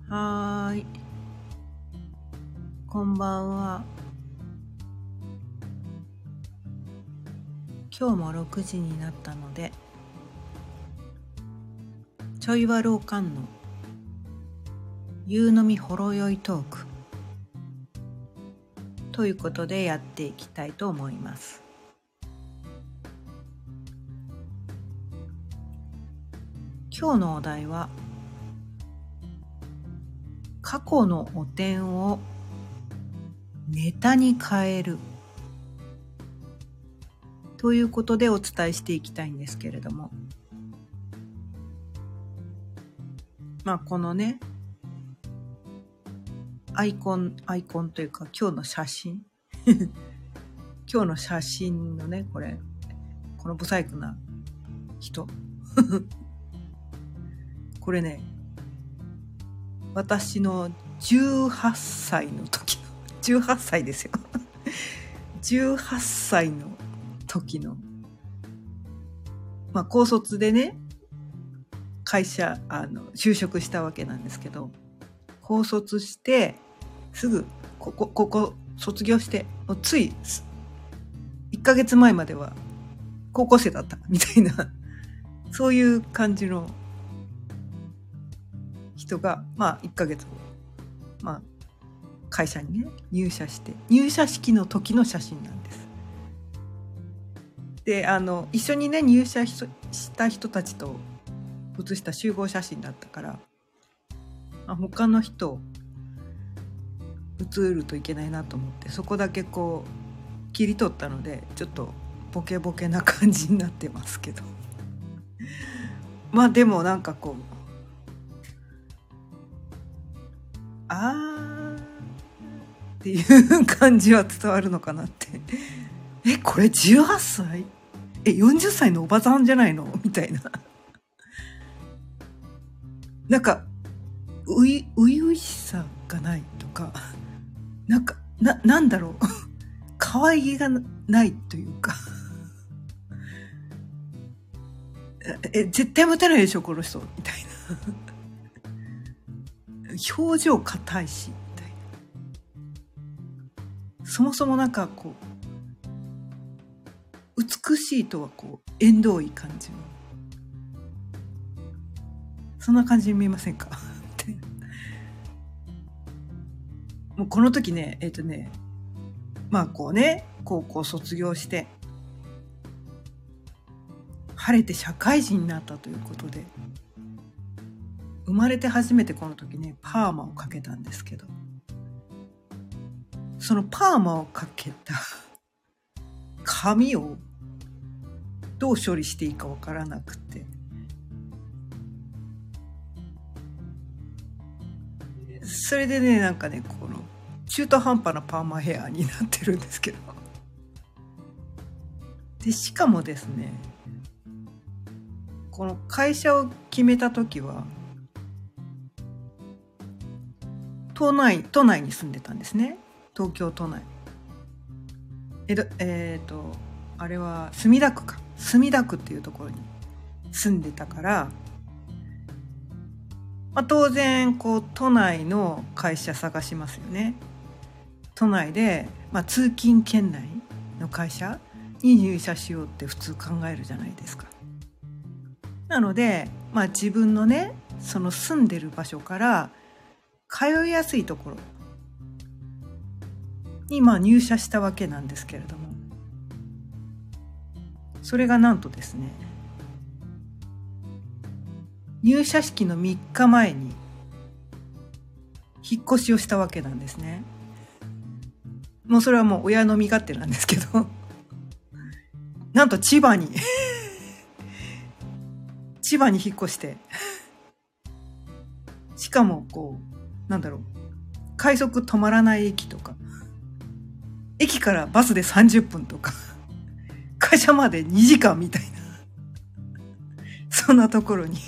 はーい、こんばんは。今日も6時になったので、ちょいわろうかんの夕飲みほろ酔いトークということでやっていきたいと思います。今日のお題は、過去の汚点をネタに変えるということでお伝えしていきたいんですけれども、このね、アイコンというか今日の写真今日の写真のね、このブサイクな人これね、私の18歳の時の18歳ですよ18歳の時の高卒でね、会社就職したわけなんですけど、高卒してすぐここ卒業してつい1ヶ月前までは高校生だったみたいなそういう感じの人が1ヶ月会社にね入社して、入社式の時の写真なんです。で一緒にね入社した人たちと写した集合写真だったから、他の人写るといけないなと思って、そこだけこう切り取ったのでちょっとボケボケな感じになってますけどでもなんかこうっていう感じは伝わるのかなってこれ18歳40歳のおばさんじゃないのみたいななんか初々しさがないとか、なんだろう可愛げがないというか絶対モテないでしょこの人みたいな表情硬いしみたいな、そもそもなんかこう美しいとはこう縁遠い感じの、そんな感じに見えませんかもうこの時ねこうね高校卒業して晴れて社会人になったということで、生まれて初めてこの時ねパーマをかけたんですけど、そのパーマをかけた髪をどう処理していいかわからなくて、それでねこの中途半端なパーマヘアになってるんですけど、でしかもですね、この会社を決めた時は都内に住んでたんですね。東京都内。あれは墨田区っていうところに住んでたから、当然こう都内の会社探しますよね。都内で、通勤圏内の会社に入社しようって普通考えるじゃないですか。なので、自分のねその住んでる場所から通いやすいところに入社したわけなんですけれども、それがなんとですね、入社式の3日前に引っ越しをしたわけなんですね。もうそれはもう親の身勝手なんですけどなんと千葉に引っ越して、しかもこう快速止まらない駅とか、駅からバスで30分とか会社まで2時間みたいなそんなところに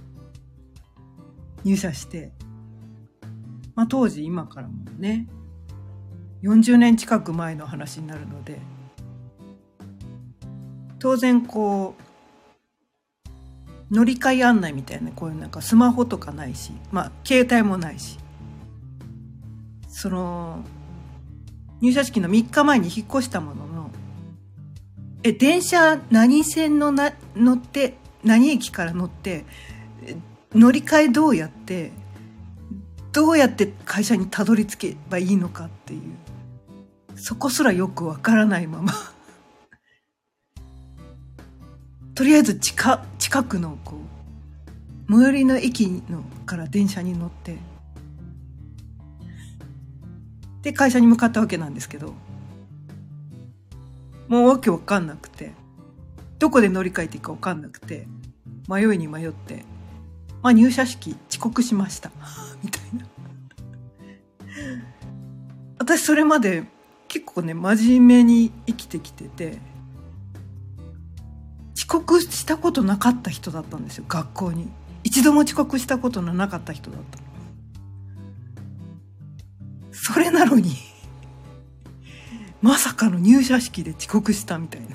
入社して、当時今からもね40年近く前の話になるので、当然こう乗り換え案内みたいな、こういうなんかスマホとかないし、携帯もないし、その入社式の3日前に引っ越したものの、電車何線の乗って何駅から乗って、乗り換えどうやって会社にたどり着けばいいのかっていう、そこすらよくわからないままとりあえず近くの最寄りの駅のから電車に乗ってで会社に向かったわけなんですけど、もうわけわかんなくて、どこで乗り換えていいかわかんなくて、迷いに迷って、入社式遅刻しましたみたいな。私それまで結構ね、真面目に生きてきてて、遅刻したことなかった人だったんですよ。学校に一度も遅刻したことのなかった人だった。それなのにまさかの入社式で遅刻したみたいな、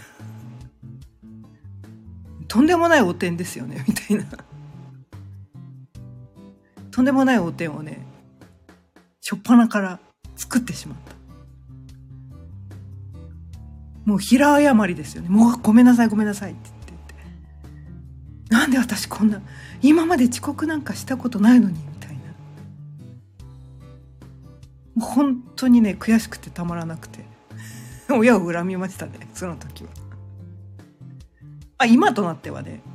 とんでもない汚点ですよねみたいな。とんでもない汚点をね、初っ端から作ってしまった。もう平謝りですよね。もうごめんなさいって言って、なんで私こんな今まで遅刻なんかしたことないのにみたいな。もう本当にね、悔しくてたまらなくて親を恨みましたね、その時は。今となってはね、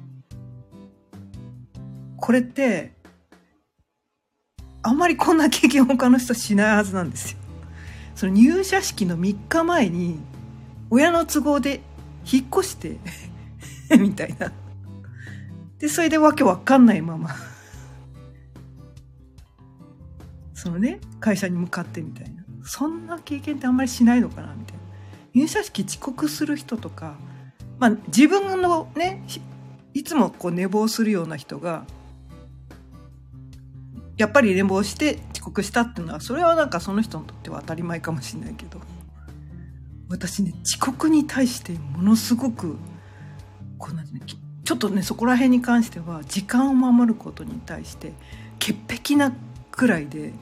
これってあんまりこんな経験他の人しないはずなんですよ。その入社式の3日前に親の都合で引っ越してみたいな。でそれでわけわかんないままそのね、会社に向かってみたいな、そんな経験ってあんまりしないのかなみたいな。入社式遅刻する人とか、自分のね、いつも寝坊するような人がやっぱり寝坊して遅刻したっていうのは、それはなんかその人にとっては当たり前かもしれないけど、私ね、遅刻に対してものすごくちょっとね、そこら辺に関しては時間を守ることに対して潔癖なくらいで、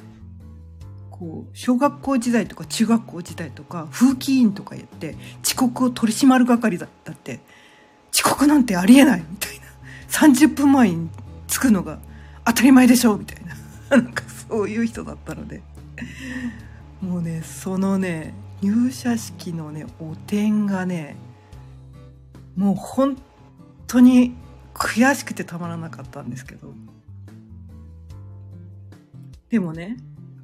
小学校時代とか中学校時代とか風紀委員とかやって遅刻を取り締まる係だったって、遅刻なんてありえないみたいな、30分前に着くのが当たり前でしょみたいななんかそういう人だったので、もうね、そのね、入社式のね、汚点がね、もう本当に悔しくてたまらなかったんですけど、でもね、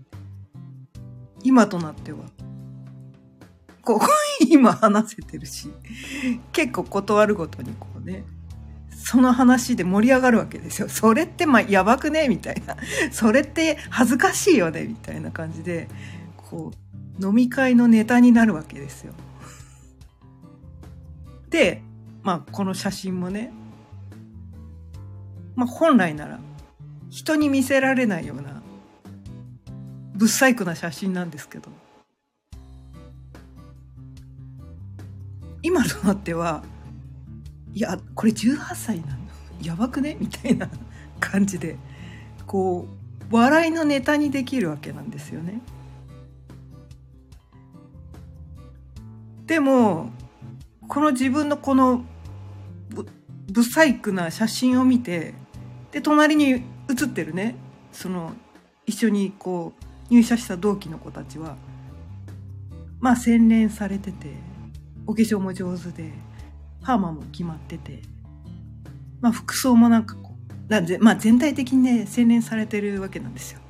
今となっては今話せてるし、結構断るごとにその話で盛り上がるわけですよ。それってやばくねみたいな、それって恥ずかしいよねみたいな感じで、飲み会のネタになるわけですよ。で、この写真もね、本来なら人に見せられないような不細工な写真なんですけど、今となっては、いやこれ18歳なのやばくねみたいな感じで、笑いのネタにできるわけなんですよね。でもこの自分の不細工な写真を見て、で隣に写ってるね、その一緒に入社した同期の子たちは洗練されてて、お化粧も上手で、パーマも決まってて、服装も全体的にね、洗練されてるわけなんですよ。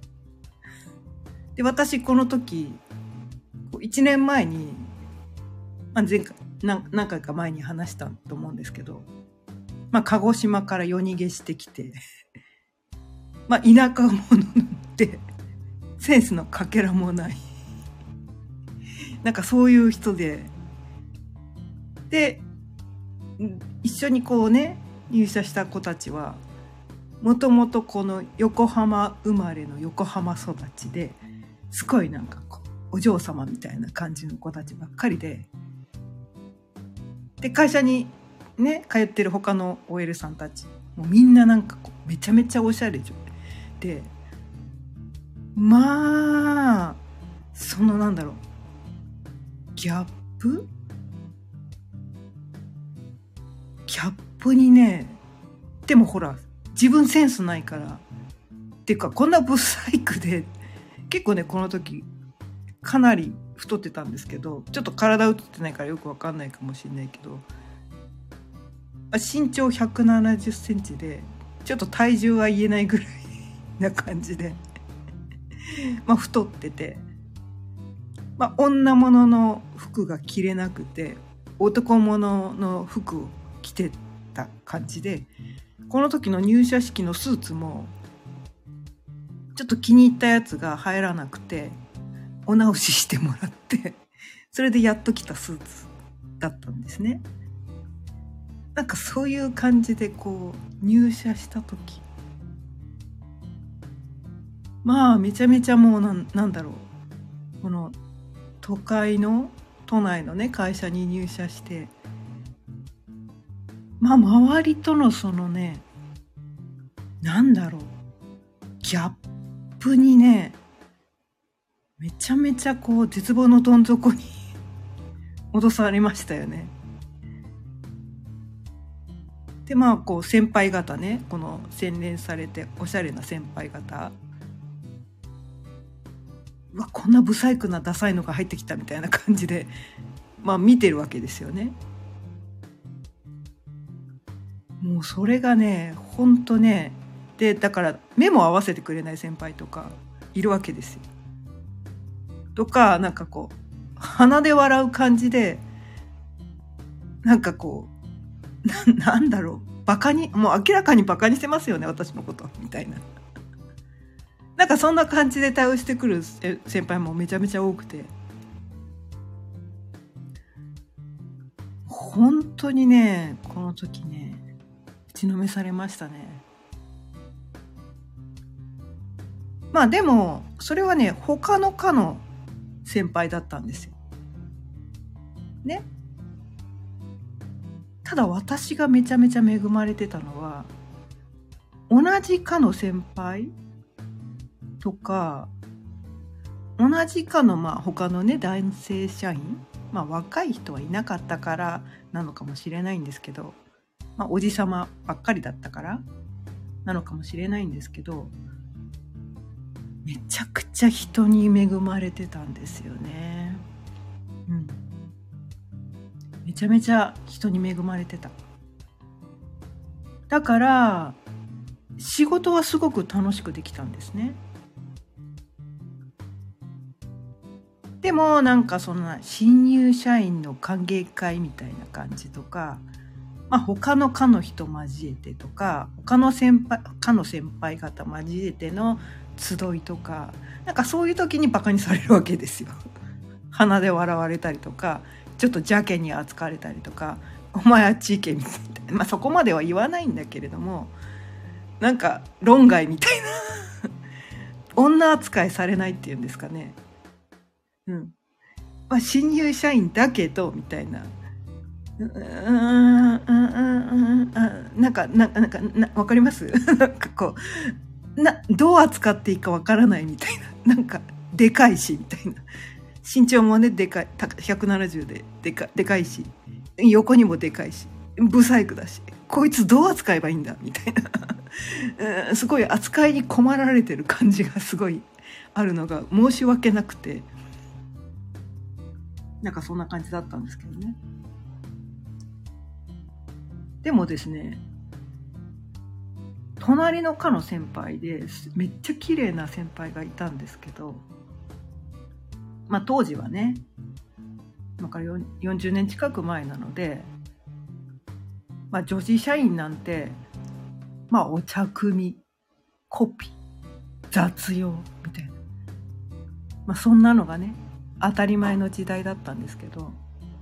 で私この時1年前に、前回何回か前に話したと思うんですけど、鹿児島から夜逃げしてきて田舎者でセンスのかけらもないそういう人で、一緒に入社した子たちはもともと横浜生まれの横浜育ちで、すごいお嬢様みたいな感じの子たちばっかりで、会社にね通ってる他の OL さんたちもうみんななんかこうめちゃめちゃおしゃれで、まあそのなんだろうギャップにね、でもほら自分センスないからっていうかこんなブサイクで結構ねこの時かなり太ってたんですけど、ちょっと体映ってないからよくわかんないかもしれないけど、身長170センチでちょっと体重は言えないぐらいな感じでまあ太ってて、まあ女物の服が着れなくて男物の服を着てた感じで、この時の入社式のスーツもちょっと気に入ったやつが入らなくてお直ししてもらってそれでやっと着たスーツだったんですね。なんかそういう感じでこう入社した時、まあめちゃめちゃもうなんだろう、この都内のね会社に入社して、まあ周りとのそのねなんだろうギャップにねめちゃめちゃこう絶望のどん底に戻されましたよね。でまあこう先輩方ね、この洗練されておしゃれな先輩方、うわこんなブサイクなダサいのが入ってきたみたいな感じでまあ見てるわけですよね。もうそれがねほんとね、でだから目も合わせてくれない先輩とかいるわけですよ。とかなんかこう鼻で笑う感じでなんかこうなんだろうバカにもう明らかにバカにしてますよね私のことみたいな、なんかそんな感じで対応してくる先輩もめちゃめちゃ多くて、本当にねこの時ね打ちのめされましたね。まあでもそれはね他の課の先輩だったんですよね。ただ私がめちゃめちゃ恵まれてたのは同じ課の先輩とか同じ課のまあ他のね男性社員、まあ若い人はいなかったからなのかもしれないんですけど、まあおじさまばっかりだったからなのかもしれないんですけど、めちゃくちゃ人に恵まれてたんですよね。めちゃめちゃ人に恵まれてた。だから仕事はすごく楽しくできたんですね。でもなんかそんな新入社員の歓迎会みたいな感じとか、まあ他の課の人交えてとか他の課の先輩方交えての集いとか、なんかそういう時にバカにされるわけですよ。鼻で笑われたりとかちょっと邪気に扱われたりとか、お前あっち行けみたいな、まあそこまでは言わないんだけれども、なんか論外みたいな女扱いされないっていうんですかね。まあ新入社員だけどみたいな、なんかわかりますなんかこうどう扱っていいかわからないみたいな、なんかでかいしみたいな、身長もねでかい170ででかいし横にもでかいしブサイクだし、こいつどう扱えばいいんだみたいなすごい扱いに困られてる感じがすごいあるのが申し訳なくて、なんかそんな感じだったんですけどね。でもですね、隣の課の先輩でめっちゃ綺麗な先輩がいたんですけど、まあ当時はね今から40年近く前なので、まあ女子社員なんてまあお茶組コピ雑用みたいな、まあそんなのがね当たり前の時代だったんですけど、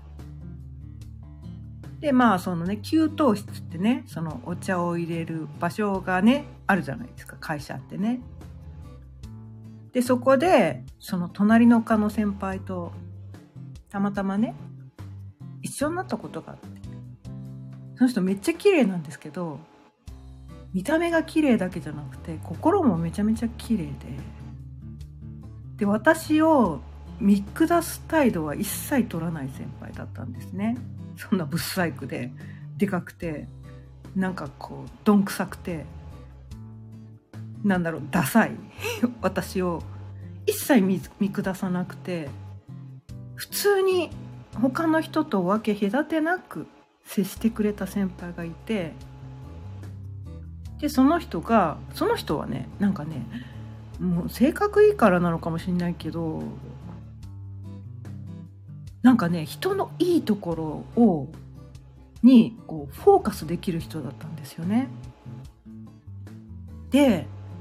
でまあそのね給湯室ってね、そのお茶を入れる場所がねあるじゃないですか会社ってね。でそこでその隣の課の先輩とたまたまね一緒になったことがあって、 その人めっちゃ綺麗なんですけど、見た目が綺麗だけじゃなくて心もめちゃめちゃ綺麗で、私を見下す態度は一切取らない先輩だったんですね。そんなブッサイクででかくて、なんかこうどんくさくて、なんだろう、ダサい私を一切見下さなくて、普通に他の人と分け隔てなく接してくれた先輩がいて、でその人はね、なんかね、もう性格いいからなのかもしれないけど、なんかね、人のいいところにこうフォーカスできる人だったんですよね。で、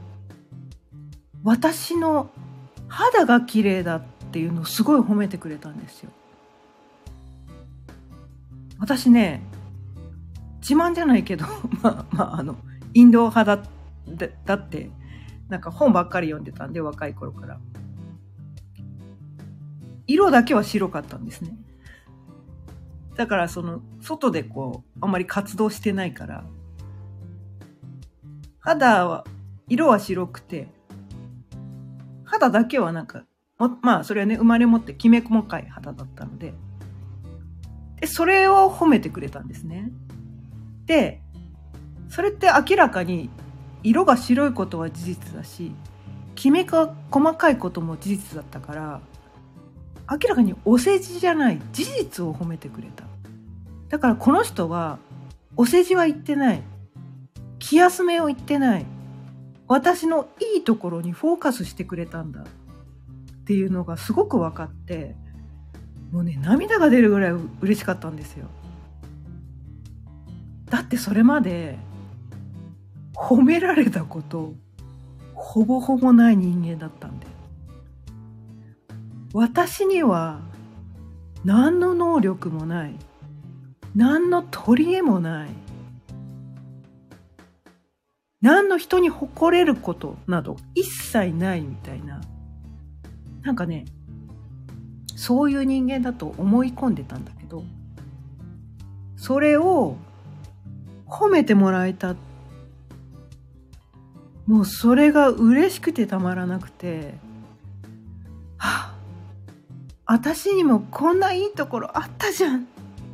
私の肌が綺麗だっていうのをすごい褒めてくれたんですよ。私ね、自慢じゃないけどインド派だってなんか本ばっかり読んでたんで、若い頃から色だけは白かったんですね。だからその外でこうあんまり活動してないから、色は白くて、肌だけはなんかそれはね、生まれ持ってきめ細かい肌だったので、それを褒めてくれたんですね。でそれって明らかに色が白いことは事実だし、きめが細かいことも事実だったから、明らかにお世辞じゃない事実を褒めてくれた。だからこの人はお世辞は言ってない、気休めを言ってない、私のいいところにフォーカスしてくれたんだっていうのがすごく分かって、もうね、涙が出るぐらい嬉しかったんですよ。だってそれまで褒められたことほぼほぼない人間だったんで、私には何の能力もない、何の取り柄もない、何の人に誇れることなど一切ないみたいな、なんかね、そういう人間だと思い込んでたんだけど、それを褒めてもらえた。もうそれが嬉しくてたまらなくて、私にもこんないいところあったじゃん、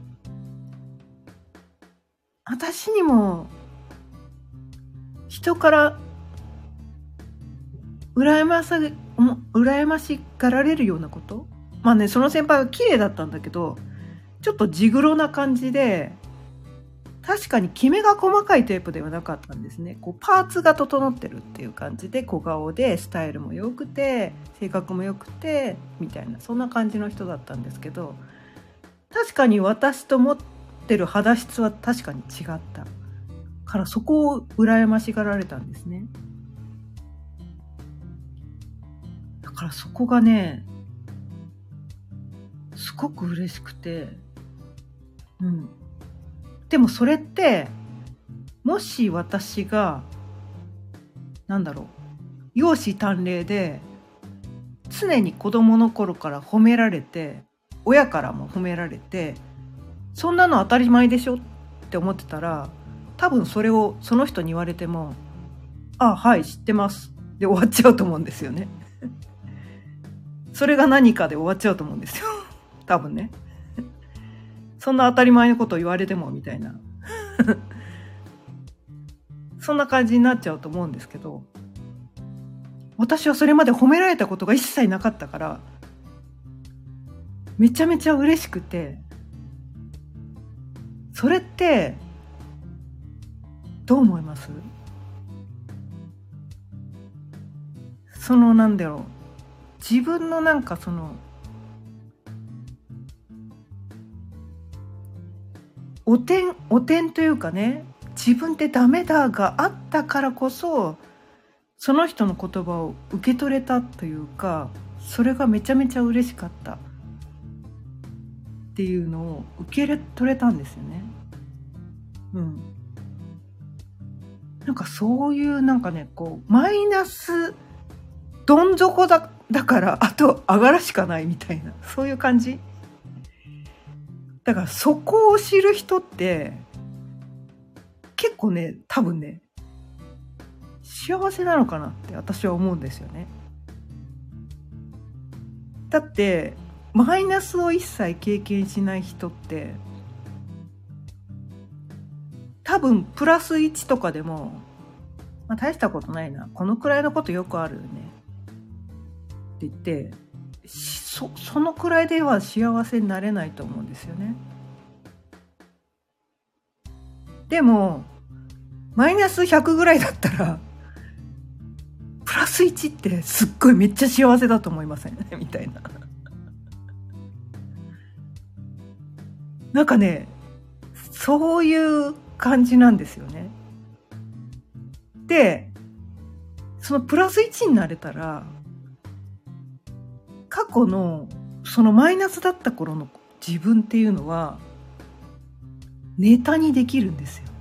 私にも人から羨ましがられるようなこと、その先輩は綺麗だったんだけど、ちょっと地黒な感じで、確かにキメが細かいタイプではなかったんですね。こうパーツが整ってるっていう感じで、小顔でスタイルも良くて性格も良くてみたいな、そんな感じの人だったんですけど、確かに私と持ってる肌質は確かに違ったから、そこを羨ましがられたんですね。だからそこがね、すごく嬉しくて、でもそれって、もし私が容姿端麗で常に子供の頃から褒められて、親からも褒められて、そんなの当たり前でしょって思ってたら、多分それをその人に言われても、はい知ってますで終わっちゃうと思うんですよね。それが何かで終わっちゃうと思うんですよ多分ね。そんな当たり前のことを言われてもみたいなそんな感じになっちゃうと思うんですけど、私はそれまで褒められたことが一切なかったから、めちゃめちゃ嬉しくて、それってどう思います？自分のお点というかね、自分ってダメだがあったからこそ、その人の言葉を受け取れたというか、それがめちゃめちゃ嬉しかったっていうのを受け取れたんですよね。そういうこうマイナスどん底だからあと上がらしかないみたいな、そういう感じだから、そこを知る人って結構ね多分ね幸せなのかなって私は思うんですよね。だってマイナスを一切経験しない人って多分プラス1とかでも、大したことないな、このくらいのことよくあるよねって言ってそのくらいでは幸せになれないと思うんですよね。でもマイナス100ぐらいだったらプラス1ってすっごいめっちゃ幸せだと思いませんみたいな。なんかねそういう感じなんですよね。でそのプラス1になれたら過去のそのマイナスだった頃の自分っていうのはネタにできるんですよ。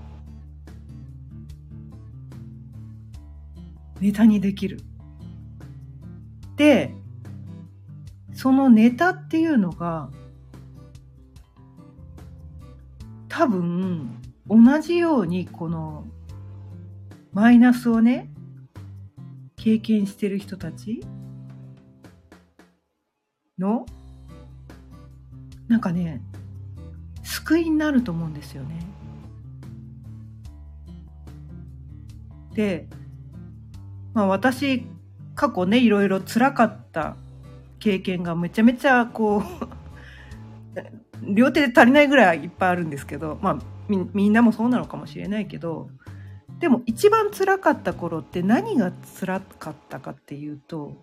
ネタにできる。でそのネタっていうのが多分同じようにこのマイナスをね経験してる人たちのなんかね救いになると思うんですよね。で、私過去ねいろいろ辛かった経験がめちゃめちゃこう両手で足りないぐらいいっぱいあるんですけど、みんなもそうなのかもしれないけど、でも一番辛かった頃って何が辛かったかっていうと、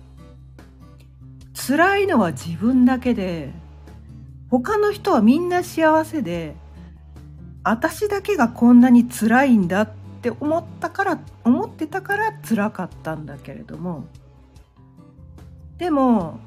辛いのは自分だけで他の人はみんな幸せで私だけがこんなに辛いんだって思ってたから辛かったんだけれども、でも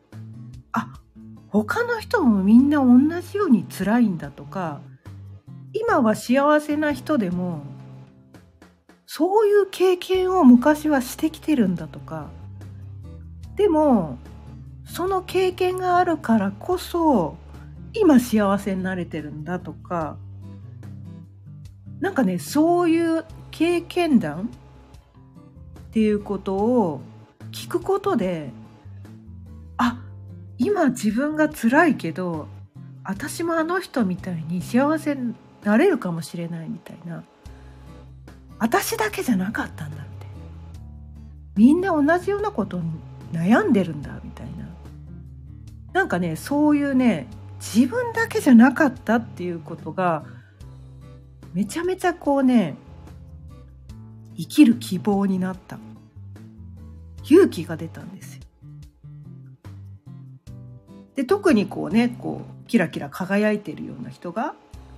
他の人もみんな同じように辛いんだとか、今は幸せな人でもそういう経験を昔はしてきてるんだとか、でもその経験があるからこそ今幸せになれてるんだとか、なんかねそういう経験談っていうことを聞くことで、今自分が辛いけど私もあの人みたいに幸せになれるかもしれないみたいな、私だけじゃなかったんだって、みんな同じようなことに悩んでるんだみたいな、なんかねそういうね自分だけじゃなかったっていうことがめちゃめちゃこうね生きる希望になった、勇気が出たんですよ。で特にこうキラキラ輝いてるような人が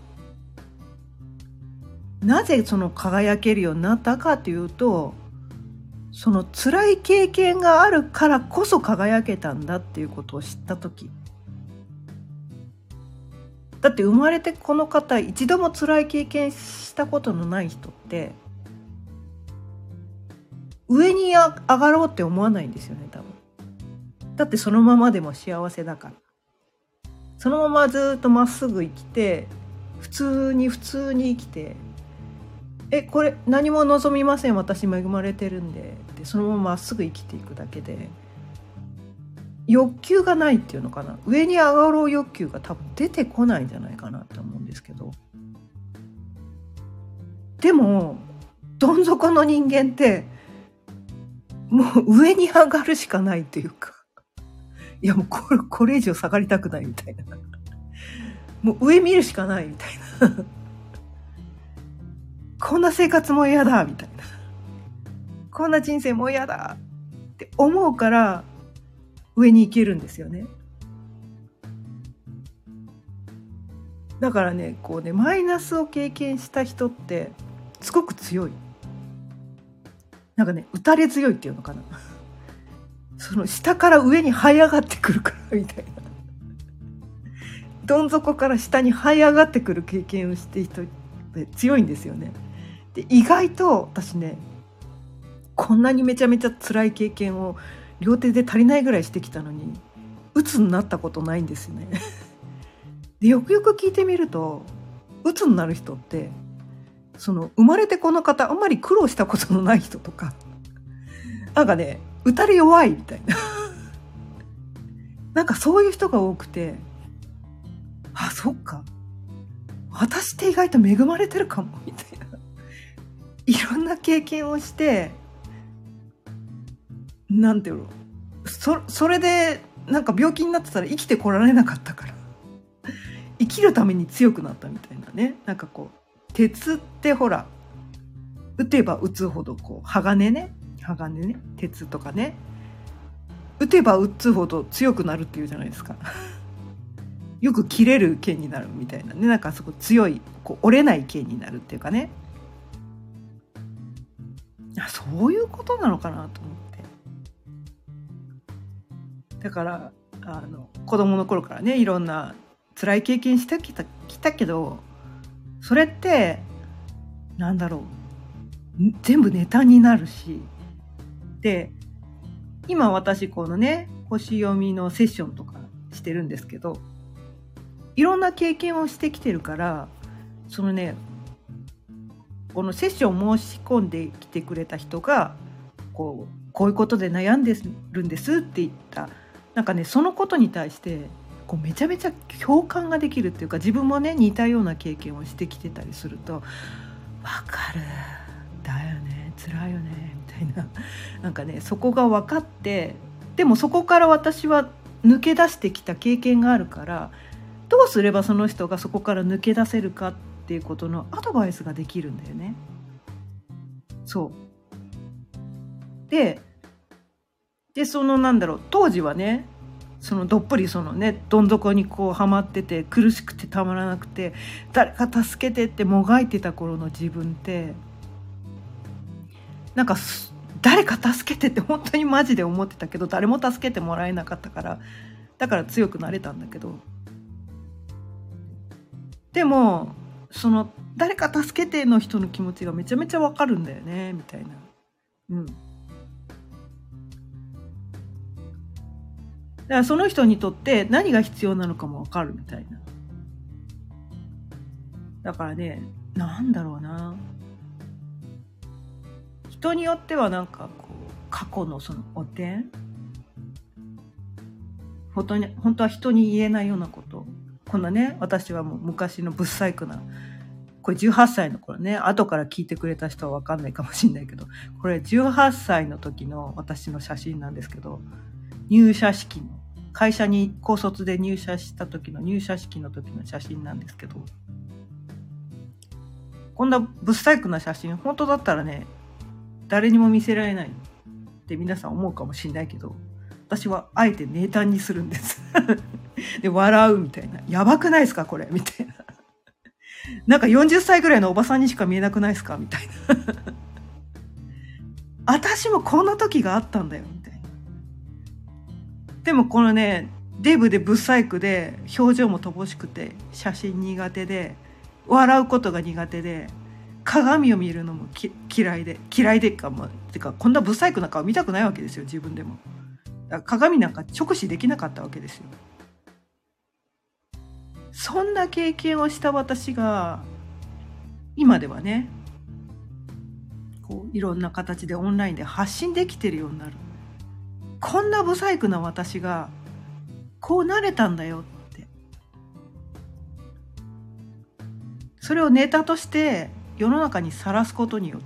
なぜその輝けるようになったかというと、その辛い経験があるからこそ輝けたんだっていうことを知った時、だって生まれてこの方一度も辛い経験したことのない人って上に上がろうって思わないんですよね多分。だってそのままでも幸せだから、そのままずっとまっすぐ生きて普通に生きて、これ何も望みません私恵まれてるんでってそのまままっすぐ生きていくだけで、欲求がないっていうのかな、上に上がろう欲求が多分出てこないんじゃないかなと思うんですけど、でもどん底の人間ってもう上に上がるしかないっていうか、いやもうこれ以上下がりたくないみたいな、もう上見るしかないみたいなこんな生活も嫌だみたいな、こんな人生も嫌だって思うから上に行けるんですよね。だからねマイナスを経験した人ってすごく強い、なんかね打たれ強いっていうのかなその下から上に這い上がってくるからみたいな、どん底から下に這い上がってくる経験をしている人って強いんですよね。で意外と私ねこんなにめちゃめちゃ辛い経験を両手で足りないぐらいしてきたのに鬱になったことないんですよねでよくよく聞いてみると鬱になる人ってその生まれてこの方あんまり苦労したことのない人とか、なんかね打たれ弱いみたいななんかそういう人が多くて、あ、そっか、私って意外と恵まれてるかもみたいな、いろんな経験をして、なんていうの、それでなんか病気になってたら生きてこられなかったから生きるために強くなったみたいなね。なんかこう鉄ってほら打てば打つほどこう鋼ね鉄とかね、打てば打つほど強くなるっていうじゃないですかよく切れる剣になるみたいなね。なんかそこ強いこう折れない剣になるっていうかね、そういうことなのかなと思って。だから子供の頃からねいろんな辛い経験してきたけど、それってなんだろう、全部ネタになるし、で今私このね星読みのセッションとかしてるんですけど、いろんな経験をしてきてるから、そのねこのセッションを申し込んできてくれた人がこういうことで悩んでるんですって言った、なんかねそのことに対してこうめちゃめちゃ共感ができるっていうか、自分もね似たような経験をしてきてたりすると、わかる、だよね、辛いよねみたいな、なんかねそこが分かって、でもそこから私は抜け出してきた経験があるから、どうすればその人がそこから抜け出せるかっていうことのアドバイスができるんだよね。そうでそのなんだろう、当時はねそのどっぷりそのねどん底にこうはまってて苦しくてたまらなくて、誰か助けてってもがいてた頃の自分って、なんか誰か助けてって本当にマジで思ってたけど、誰も助けてもらえなかったから、だから強くなれたんだけど、でもその誰か助けての人の気持ちがめちゃめちゃわかるんだよねみたいな。だからその人にとって何が必要なのかもわかるみたいな。だからね、なんだろうな、人によってはなんかこう過去のその汚点、本当は人に言えないようなこと、こんなね私はもう昔のブサイクな、これ18歳の頃ね、後から聞いてくれた人は分かんないかもしれないけど、これ18歳の時の私の写真なんですけど、入社式の会社に高卒で入社した時の入社式の時の写真なんですけど、こんなブサイクな写真本当だったらね誰にも見せられないって皆さん思うかもしれないけど、私はあえてネタにするんですで笑うみたいな、やばくないですかこれみたいな、なんか40歳ぐらいのおばさんにしか見えなくないですかみたいな私もこんな時があったんだよみたいな。でもこのねデブでブサイクで表情も乏しくて写真苦手で笑うことが苦手で鏡を見るのも嫌いでかもてか、こんなブサイクな顔見たくないわけですよ自分でも。だから鏡なんか直視できなかったわけですよ。そんな経験をした私が今ではねこういろんな形でオンラインで発信できてるようになる。こんなブサイクな私がこうなれたんだよって、それをネタとして世の中にさらすことによって、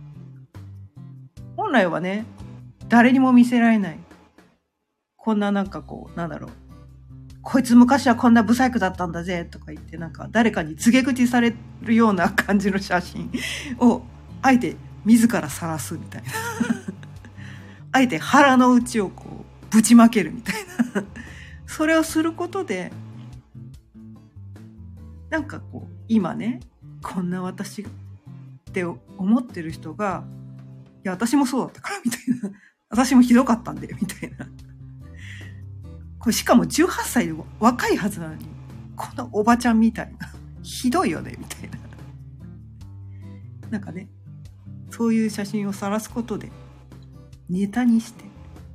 本来はね誰にも見せられないこんななんかこうなんだろう、こいつ昔はこんなブサイクだったんだぜとか言ってなんか誰かに告げ口されるような感じの写真をあえて自ら晒すみたいなあえて腹の内をこうぶちまけるみたいなそれをすることでなんかこう今ねこんな私って思ってる人が、いや私もそうだったからみたいな、私もひどかったんでみたいな、これしかも18歳で若いはずなのにこんなおばちゃんみたいな、ひどいよねみたいな、なんかねそういう写真を晒すことでネタにして、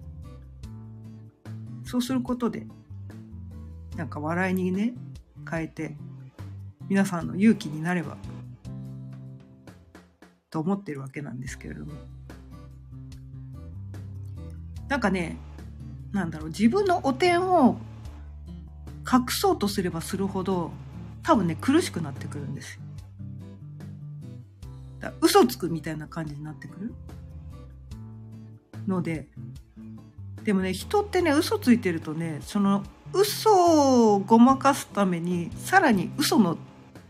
そうすることでなんか笑いにね変えて皆さんの勇気になればと思ってるわけなんですけれども、なんかね、自分の汚点を隠そうとすればするほど多分ね苦しくなってくるんですよ。だから嘘つくみたいな感じになってくるので、でもね、人ってね嘘ついてるとね、その嘘をごまかすためにさらに嘘を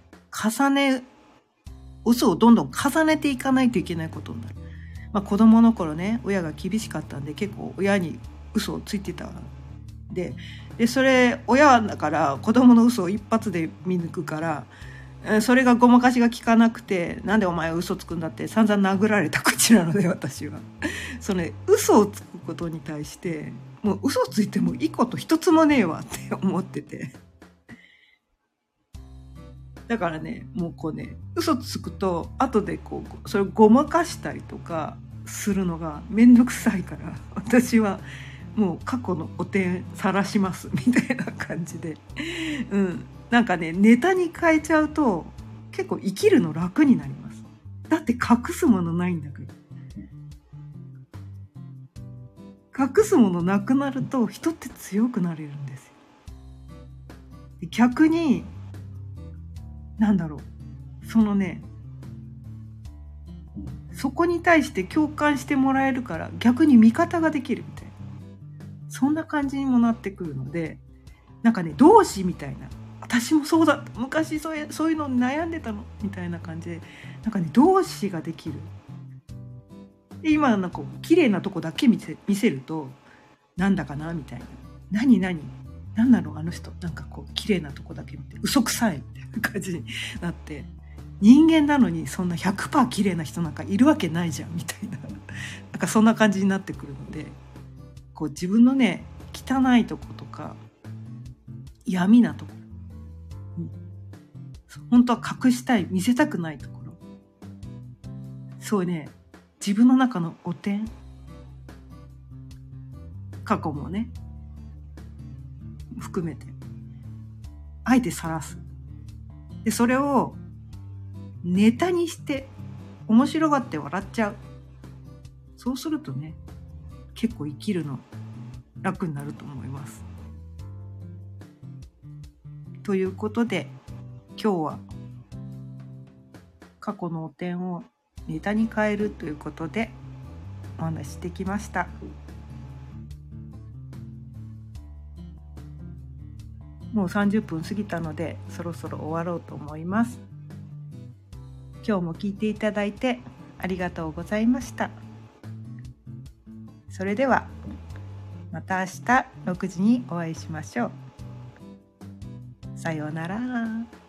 どんどん重ねていかないといけないことになる。子供の頃ね、親が厳しかったんで結構親に嘘をついてたでそれ親だから子供の嘘を一発で見抜くから、それがごまかしが効かなくて、なんでお前嘘つくんだって散々殴られた口なので、私はその、嘘をつくことに対してもう嘘ついてもいいこと一つもねえわって思ってて、だからね、もうこうね、嘘つくと後でこうそれをごまかしたりとかするのがめんどくさいから、私はもう過去の汚点晒しますみたいな感じで、なんかね、ネタに変えちゃうと結構生きるの楽になります。だって隠すものないんだから。隠すものなくなると人って強くなれるんですよ。逆にそのね、そこに対して共感してもらえるから逆に味方ができるみたいな、そんな感じにもなってくるので、なんかね、同志みたいな、私もそうだ、昔そういうのに悩んでたのみたいな感じで、なんかね、同志ができる。で今なんか綺麗なとこだけ見せるとなんだかなみたいな、何なのあの人、なんかこう綺麗なとこだけ見て嘘くさいみたいな感じになって、人間なのにそんな 100% 綺麗な人なんかいるわけないじゃんみたいな、なんかそんな感じになってくるので、こう自分のね汚いとことか闇なところ、本当は隠したい、見せたくないところ、そうね、自分の中の汚点、過去もね含めてあえて晒す。でそれをネタにして面白がって笑っちゃう。そうするとね、結構生きるの楽になると思います。ということで今日は過去の汚点をネタに変えるということでお話ししてきました。もう30分過ぎたのでそろそろ終わろうと思います。今日も聞いていただいてありがとうございました。それではまた明日6時にお会いしましょう。さようなら。